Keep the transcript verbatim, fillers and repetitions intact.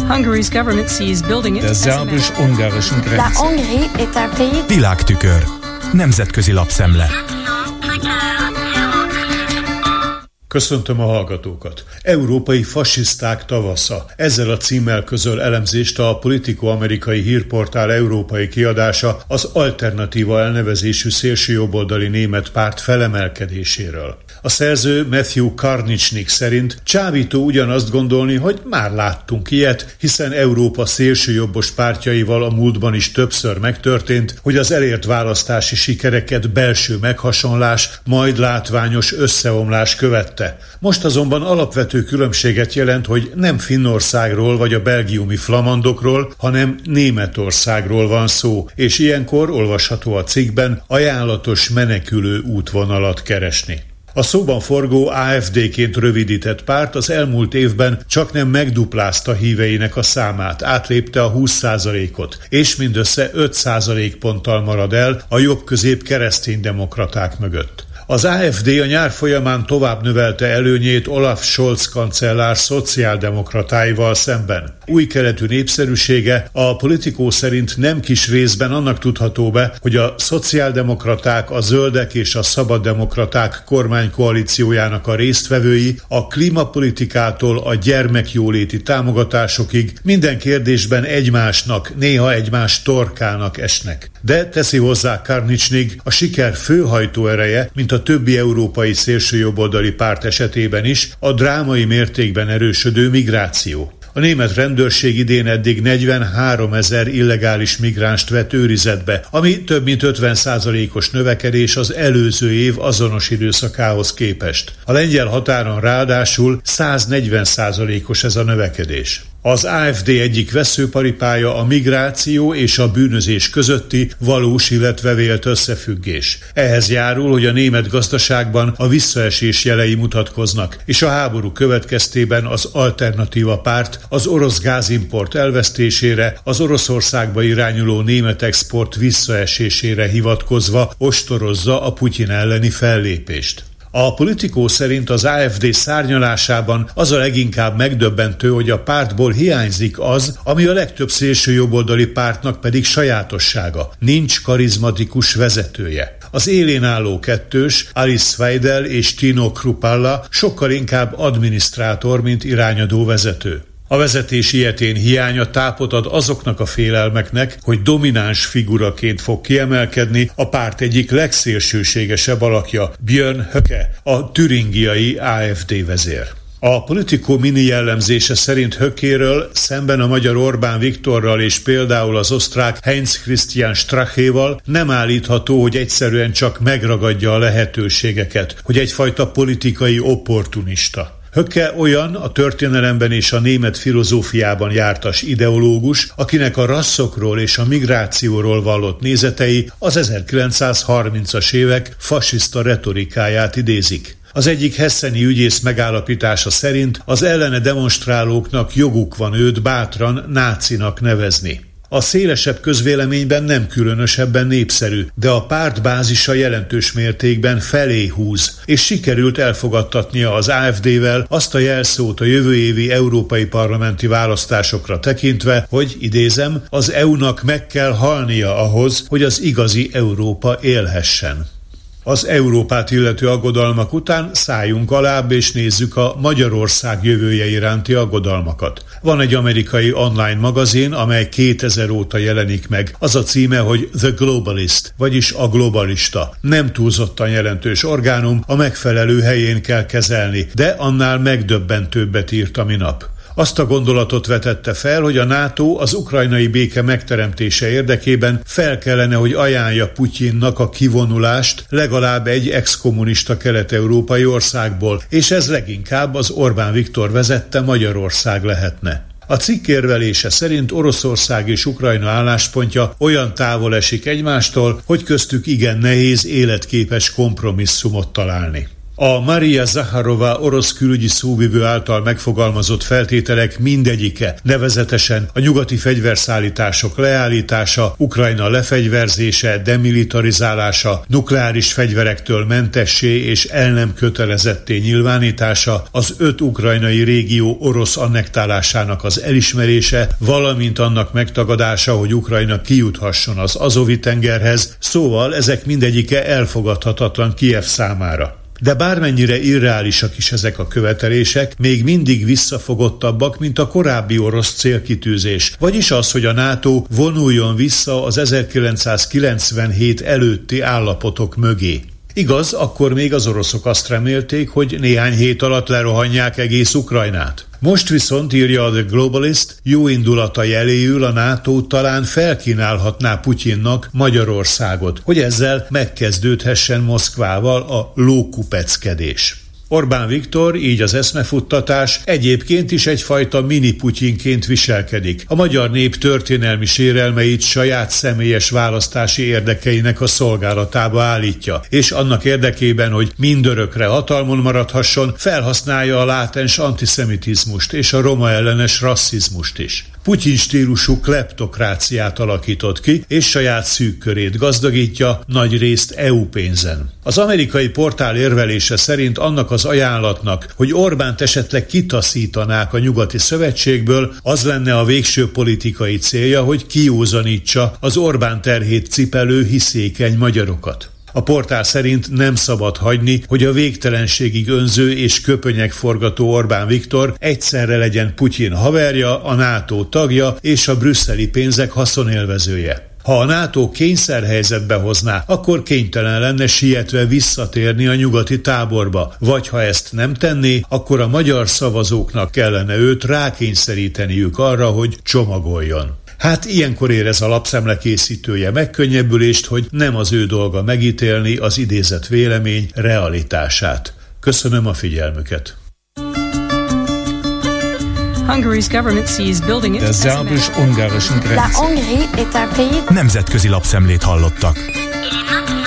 Hungary's government sees building it. Der szerbus-ungarischen Grenze. La Hongrie est un pays. Világtükör. Nemzetközi lapszemle. Köszöntöm a hallgatókat! Európai fasiszták tavasza. Ezzel a címmel közöl elemzést a Politico amerikai hírportál európai kiadása az Alternatíva elnevezésű szélsőjobboldali német párt felemelkedéséről. A szerző Matthew Karnichnik szerint csábító ugyanazt gondolni, hogy már láttunk ilyet, hiszen Európa szélsőjobbos pártjaival a múltban is többször megtörtént, hogy az elért választási sikereket belső meghasonlás, majd látványos összeomlás követte. Most azonban alapvető különbséget jelent, hogy nem Finnországról vagy a belgiumi flamandokról, hanem Németországról van szó, és ilyenkor olvasható a cikkben ajánlatos menekülő útvonalat keresni. A szóban forgó á ef dé-ként rövidített párt az elmúlt évben csaknem megduplázta híveinek a számát, átlépte a húsz százalékot, és mindössze öt százalékponttal marad el a jobb-közép kereszténydemokraták mögött. Az á ef dé a nyár folyamán tovább növelte előnyét Olaf Scholz kancellár szociáldemokratáival szemben. Új keletű népszerűsége a Politico szerint nem kis részben annak tudható be, hogy a szociáldemokraták, a zöldek és a szabaddemokraták kormánykoalíciójának a résztvevői a klímapolitikától a gyermekjóléti támogatásokig minden kérdésben egymásnak, néha egymás torkának esnek. De teszi hozzá Karnichnik, a siker főhajtó ereje, mint a többi európai szélsőjobboldali párt esetében is, a drámai mértékben erősödő migráció. A német rendőrség idén eddig negyvenháromezer illegális migránst vett őrizetbe, ami több mint ötven százalékos növekedés az előző év azonos időszakához képest. A lengyel határon ráadásul száznegyven százalékos ez a növekedés. Az á ef dé egyik veszőparipája a migráció és a bűnözés közötti valós, illetve vélt összefüggés. Ehhez járul, hogy a német gazdaságban a visszaesés jelei mutatkoznak, és a háború következtében az Alternatíva párt az orosz gázimport elvesztésére, az Oroszországba irányuló német export visszaesésére hivatkozva ostorozza a Putyin elleni fellépést. A Politico szerint az á ef dé szárnyalásában az a leginkább megdöbbentő, hogy a pártból hiányzik az, ami a legtöbb szélsőjobboldali pártnak pedig sajátossága. Nincs karizmatikus vezetője. Az élén álló kettős, Alice Weidel és Tino Kruppalla sokkal inkább adminisztrátor, mint irányadó vezető. A vezetés ilyetén hiánya tápot ad azoknak a félelmeknek, hogy domináns figuraként fog kiemelkedni a párt egyik legszélsőségesebb alakja, Björn Höcke, a türingiai á ef dé vezér. A Politico mini jellemzése szerint Höckéről szemben a magyar Orbán Viktorral és például az osztrák Heinz Christian Strachéval nem állítható, hogy egyszerűen csak megragadja a lehetőségeket, hogy egyfajta politikai opportunista. Höcke olyan a történelemben és a német filozófiában jártas ideológus, akinek a rasszokról és a migrációról vallott nézetei az ezerkilencszázharmincas évek fasiszta retorikáját idézik. Az egyik hesseni ügyész megállapítása szerint az ellene demonstrálóknak joguk van őt bátran nácinak nevezni. A szélesebb közvéleményben nem különösebben népszerű, de a párt bázisa jelentős mértékben felé húz, és sikerült elfogadtatnia az á ef dé-vel azt a jelszót a jövő évi európai parlamenti választásokra tekintve, hogy idézem, az é u-nak meg kell halnia ahhoz, hogy az igazi Európa élhessen. Az Európát illető aggodalmak után szálljunk alább és nézzük a Magyarország jövője iránti aggodalmakat. Van egy amerikai online magazin, amely kétezer óta jelenik meg. Az a címe, hogy The Globalist, vagyis a globalista. Nem túlzottan jelentős orgánum, a megfelelő helyén kell kezelni, de annál megdöbbentőbbet írt a minap. Azt a gondolatot vetette fel, hogy a NATO az ukrajnai béke megteremtése érdekében fel kellene, hogy ajánlja Putyinnak a kivonulást legalább egy ex-kommunista kelet-európai országból, és ez leginkább az Orbán Viktor vezette Magyarország lehetne. A cikk érvelése szerint Oroszország és Ukrajna álláspontja olyan távol esik egymástól, hogy köztük igen nehéz életképes kompromisszumot találni. A Maria Zaharova orosz külügyi szóvivő által megfogalmazott feltételek mindegyike, nevezetesen a nyugati fegyverszállítások leállítása, Ukrajna lefegyverzése, demilitarizálása, nukleáris fegyverektől mentessé és el nem kötelezetté nyilvánítása, az öt ukrajnai régió orosz annektálásának az elismerése, valamint annak megtagadása, hogy Ukrajna kijuthasson az Azovi-tengerhez, szóval ezek mindegyike elfogadhatatlan Kijev számára. De bármennyire irreálisak is ezek a követelések, még mindig visszafogottabbak, mint a korábbi orosz célkitűzés, vagyis az, hogy a NATO vonuljon vissza az ezerkilencszázkilencvenhét előtti állapotok mögé. Igaz, akkor még az oroszok azt remélték, hogy néhány hét alatt lerohanják egész Ukrajnát. Most viszont, írja a The Globalist, jó indulata jeléül a NATO talán felkínálhatná Putyinnak Magyarországot, hogy ezzel megkezdődhessen Moszkvával a lókupeckedés. Orbán Viktor, így az eszmefuttatás, egyébként is egyfajta mini-Putyinként viselkedik. A magyar nép történelmi sérelmeit saját személyes választási érdekeinek a szolgálatába állítja, és annak érdekében, hogy mindörökre hatalmon maradhasson, felhasználja a látens antiszemitizmust és a roma ellenes rasszizmust is. Putyin stílusú kleptokráciát alakított ki, és saját szűk körét gazdagítja, nagy részt é u pénzen. Az amerikai portál érvelése szerint annak az ajánlatnak, hogy Orbánt esetleg kitaszítanák a nyugati szövetségből, az lenne a végső politikai célja, hogy kiózanítsa az Orbán terhét cipelő hiszékeny magyarokat. A portál szerint nem szabad hagyni, hogy a végtelenségig önző és köpönyegforgató Orbán Viktor egyszerre legyen Putyin haverja, a NATO tagja és a brüsszeli pénzek haszonélvezője. Ha a NATO kényszerhelyzetbe hozná, akkor kénytelen lenne sietve visszatérni a nyugati táborba, vagy ha ezt nem tenné, akkor a magyar szavazóknak kellene őt rákényszeríteniük arra, hogy csomagoljon. Hát ilyenkor érez a lapszemle készítője megkönnyebbülést, hogy nem az ő dolga megítélni az idézett vélemény realitását. Köszönöm a figyelmüket. Hungary's government sees building it Der szerbus-ungarischen La Grenze. Hongrie est un pays Nemzetközi lapszemlét hallottak.